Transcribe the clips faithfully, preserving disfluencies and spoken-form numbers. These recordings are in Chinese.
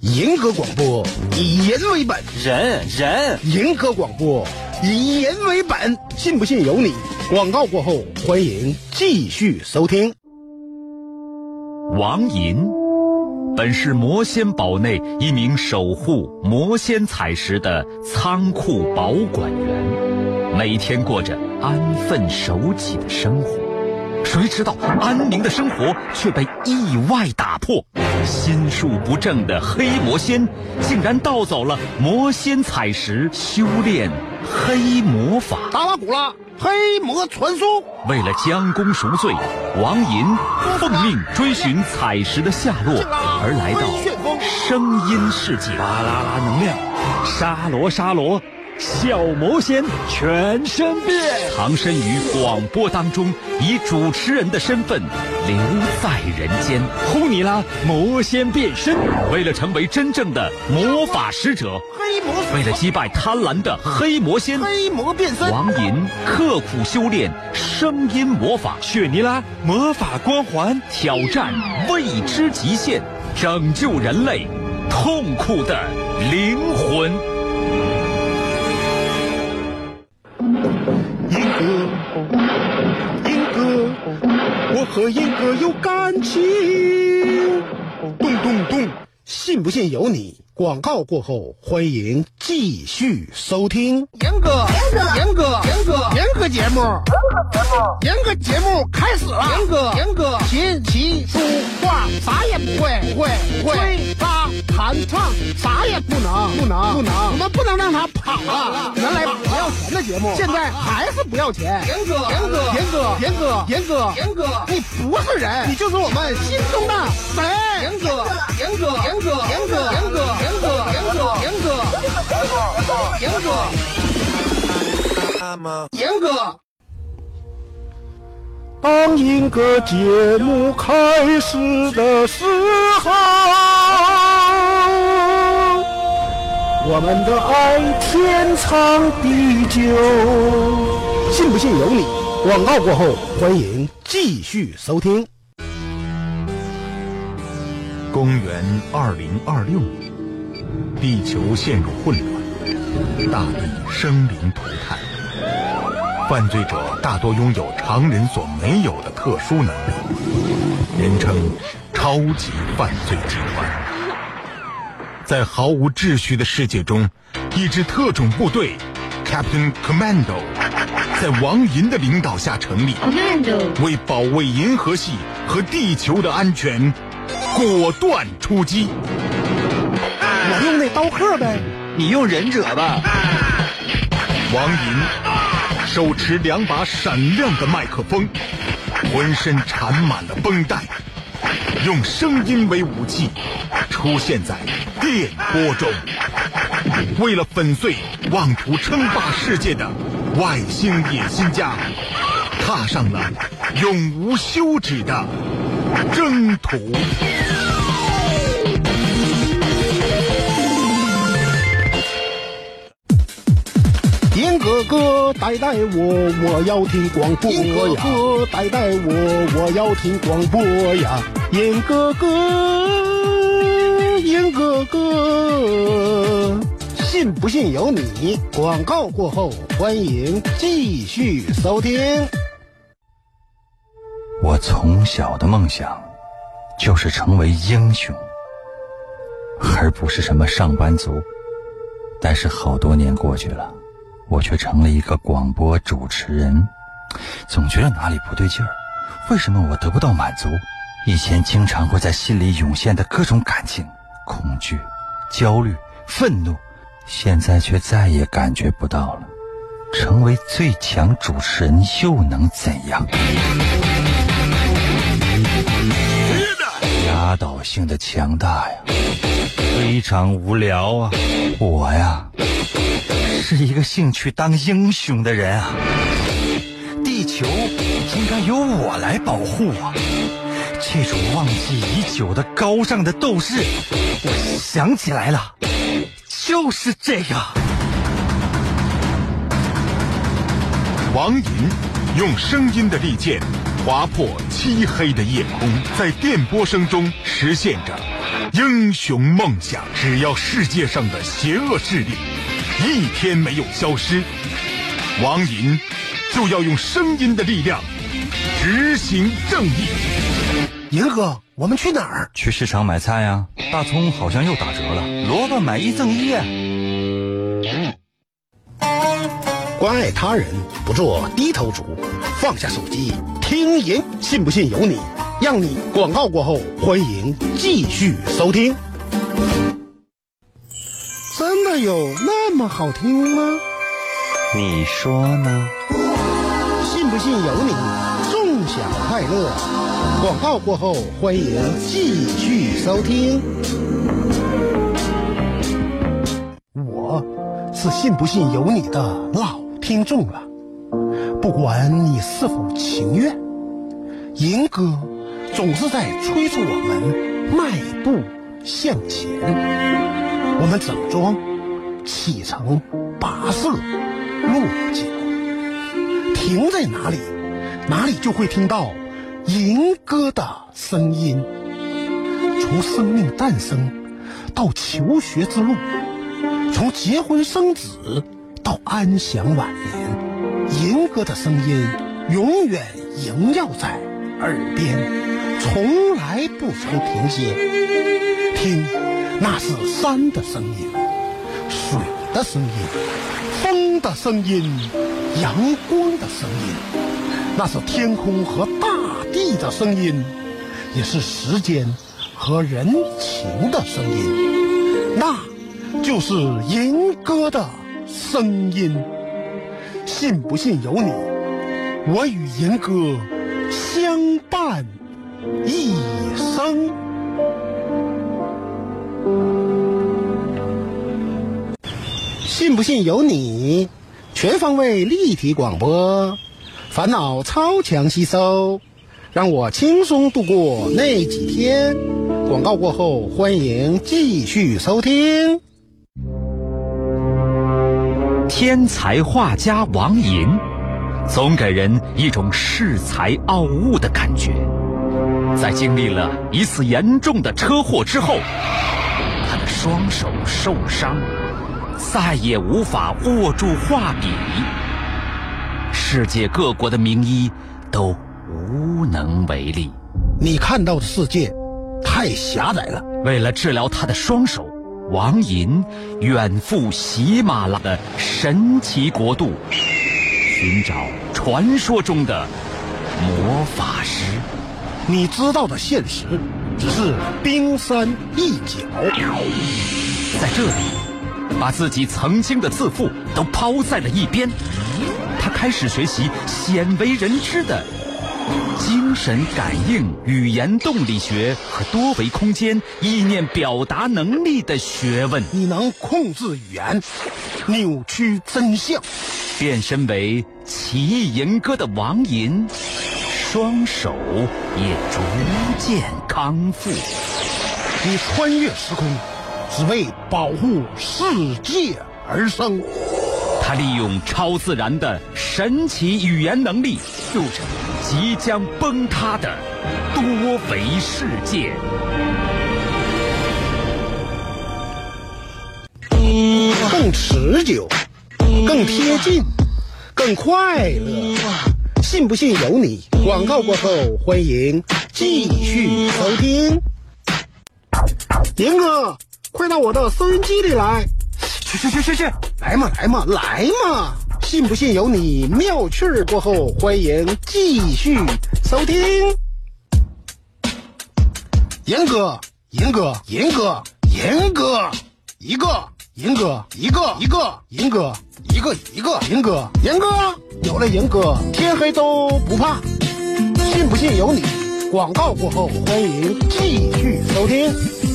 严格广播，以人为本， 人人严格广播，以人为本，信不信由你。广告过后，欢迎继续收听。 王银本是魔仙堡内一名守护魔仙彩石的仓库保管员，每天过着安分守己的生活。谁知道安宁的生活却被意外打破，心术不正的黑魔仙竟然盗走了魔仙彩石，修炼黑魔法。 达拉古拉黑魔传说。 为了将功赎罪，王银奉命追寻彩石的下落，而来到声音世界。 巴啦啦能量，沙罗沙罗，小魔仙全身变， 藏身于广播当中，以主持人的身份留在人间。 呼你啦，魔仙变身！ 为了成为真正的魔法使者， 黑魔为了击败贪婪的黑魔仙， 黑魔变身， 王银刻苦修炼声音魔法。 雪尼拉魔法光环， 挑战未知极限，拯救人类痛苦的灵魂。 银哥，银哥，我和银哥有感情。咚咚咚，信不信由你。广告过后，欢迎继续收听。严哥，严哥，严哥，严哥节目，严哥节目开始了。严哥，严哥，琴棋书画啥也不会，不会，不会，吹拉弹唱啥也不能，不能，不能，我们不能让他跑了。原来不要钱的节目，现在还是不要钱。严哥，严哥，严哥，严哥，严哥，严哥，你不是人，你就是我们心中的神。严哥，严哥，严哥，严哥，严哥。严哥，严哥，严哥，严哥，严哥。当严哥节目开始的时候，我们的爱天长地久。信不信由你。广告过后，欢迎继续收听。 公元二零二六年。地球陷入混乱，大地生灵涂炭，犯罪者大多拥有常人所没有的特殊能力，人称超级犯罪集团。在毫无秩序的世界中，一支特种部队 Captain Commando 在王银的领导下成立， Commando 为保卫银河系和地球的安全果断出击。 我用那刀客呗， 你用忍者吧。 王银手持两把闪亮的麦克风，浑身缠满了绷带，用声音为武器，出现在电波中，为了粉碎妄图称霸世界的外星野心家，踏上了永无休止的征途。严哥哥带带我，我要听广播呀！严哥哥带带我，我要听广播呀！严哥哥，严哥哥，信不信由你。广告过后，欢迎继续收听。 我从小的梦想就是成为英雄，而不是什么上班族。但是好多年过去了，我却成了一个广播主持人，总觉得哪里不对劲儿。为什么我得不到满足？以前经常会在心里涌现的各种感情，恐惧、焦虑、愤怒，现在却再也感觉不到了。成为最强主持人又能怎样？压倒性的强大呀，非常无聊啊！我呀是一个兴趣当英雄的人啊，地球应该由我来保护啊！这种忘记已久的高尚的斗志，我想起来了，就是这个。 王银用声音的利剑划破漆黑的夜空，在电波声中实现着英雄梦想。只要世界上的邪恶势力一天没有消失，王银就要用声音的力量执行正义。 银哥，我们去哪儿？ 去市场买菜呀，大葱好像又打折了，萝卜买一赠一呀。 关爱他人，不做低头族，放下手机听银，信不信由你。让你广告过后，欢迎继续收听。真的有那么好听吗？ 你说呢？ 信不信由你，纵享快乐。广告过后，欢迎继续收听。我是信不信由你的老听众了，不管你是否情愿，银哥总是在催促我们迈步向前。我们整装启程，跋涉落脚，停在哪里，哪里就会听到银哥的声音。从生命诞生到求学之路，从结婚生子到安享晚年，银哥的声音永远萦绕在耳边，从来不曾停歇。听，那是山的声音，水的声音，风的声音，阳光的声音，那是天空和大地的声音，也是时间和人情的声音，那就是银哥的声音。信不信由你，我与银哥相伴一生。信不信由你，全方位立体广播，烦恼超强吸收，让我轻松度过那几天。广告过后，欢迎继续收听。 天才画家王银总给人一种恃才傲物的感觉。在经历了一次严重的车祸之后，他的双手受伤，再也无法握住画笔，世界各国的名医都无能为力。 你看到的世界太狭窄了。 为了治疗他的双手，王银远赴喜马拉雅的神奇国度，寻找传说中的魔法师。 你知道的现实只是冰山一角。 在这里，把自己曾经的自负都抛在了一边，他开始学习鲜为人知的精神感应、语言动力学和多维空间意念表达能力的学问。 你能控制语言，扭曲真相， 变身为奇异银歌的王银，双手也逐渐康复。 你穿越时空，只为保护世界而生。 他利用超自然的神奇语言能力，救着即将崩塌的多维世界。 更持久，更贴近，更快乐。信不信由你。广告过后，欢迎继续收听。银哥，快到我的收音机里来！去去去去去，来嘛来嘛来嘛！信不信由你。妙趣儿过后，欢迎继续收听。银哥，银哥，银哥，银哥，一个银哥，一个一个银哥，一个一个银哥，银哥，有了银哥，天黑都不怕。信不信由你。广告过后，欢迎继续收听。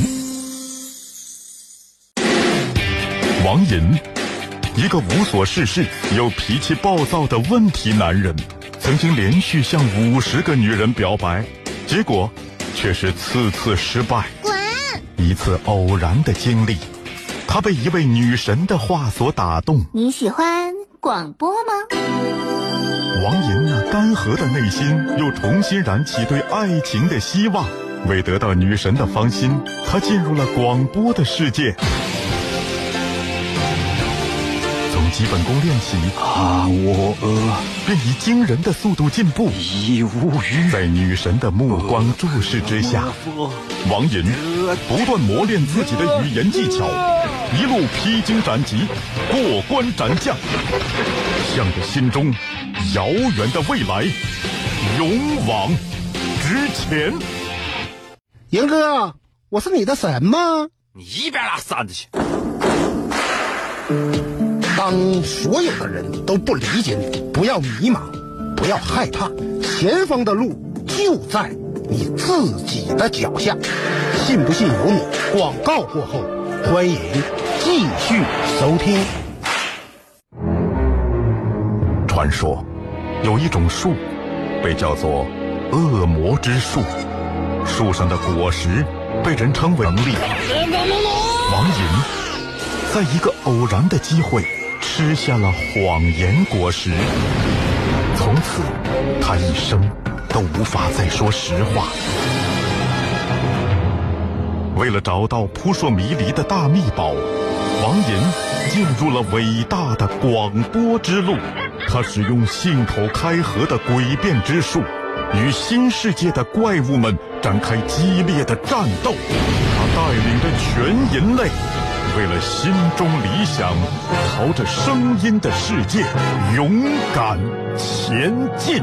王银，一个无所事事又脾气暴躁的问题男人，曾经连续向五十个女人表白，结果却是次次失败。 滚！ 一次偶然的经历，他被一位女神的话所打动。 你喜欢广播吗？ 王银那干涸的内心又重新燃起对爱情的希望。 为得到女神的芳心，他进入了广播的世界。从基本功练起啊，我呃， 便以惊人的速度进步。 已无语。 在女神的目光注视之下，王寅不断磨练自己的语言技巧，一路披荆斩棘，过关斩将，向着心中遥远的未来勇往直前。 严哥，我是你的神吗？ 你一边拉扇子去！ 当所有的人都不理解你，不要迷茫，不要害怕，前方的路就在你自己的脚下。信不信由你。广告过后，欢迎继续收听。 传说有一种树被叫做恶魔之树，树上的果实被人称为能力。王寅在一个偶然的机会吃下了谎言果实，从此他一生都无法再说实话。为了找到扑朔迷离的大秘宝，王寅进入了伟大的广播之路。他使用信口开河的诡辩之术，与新世界的怪物们展开激烈的战斗。他带领着全人类，为了心中理想，朝着声音的世界勇敢前进。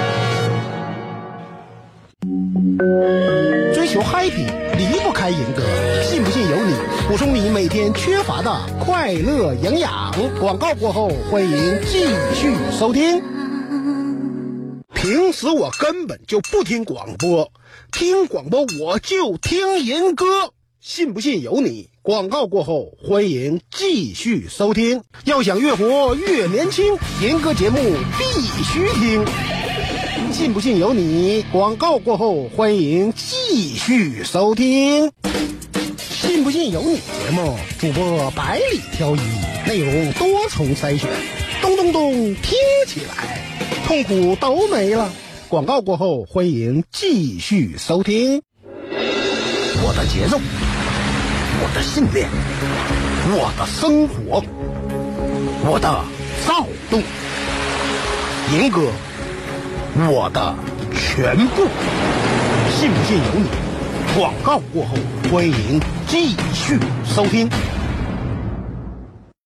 追求 happy 离不开严格，信不信由你，补充你每天缺乏的快乐营养。广告过后，欢迎继续收听。平时我根本就不听广播，听广播我就听严歌，信不信由你。广告过后，欢迎继续收听。要想越活越年轻，严歌节目必须听。信不信由你。广告过后，欢迎继续收听。信不信由你节目，主播百里挑一，内容多重筛选，咚咚咚，听起来痛苦都没了。广告过后，欢迎继续收听。我的节奏，我的信念，我的生活，我的躁动，严格我的全部。信不信由你。广告过后，欢迎继续收听。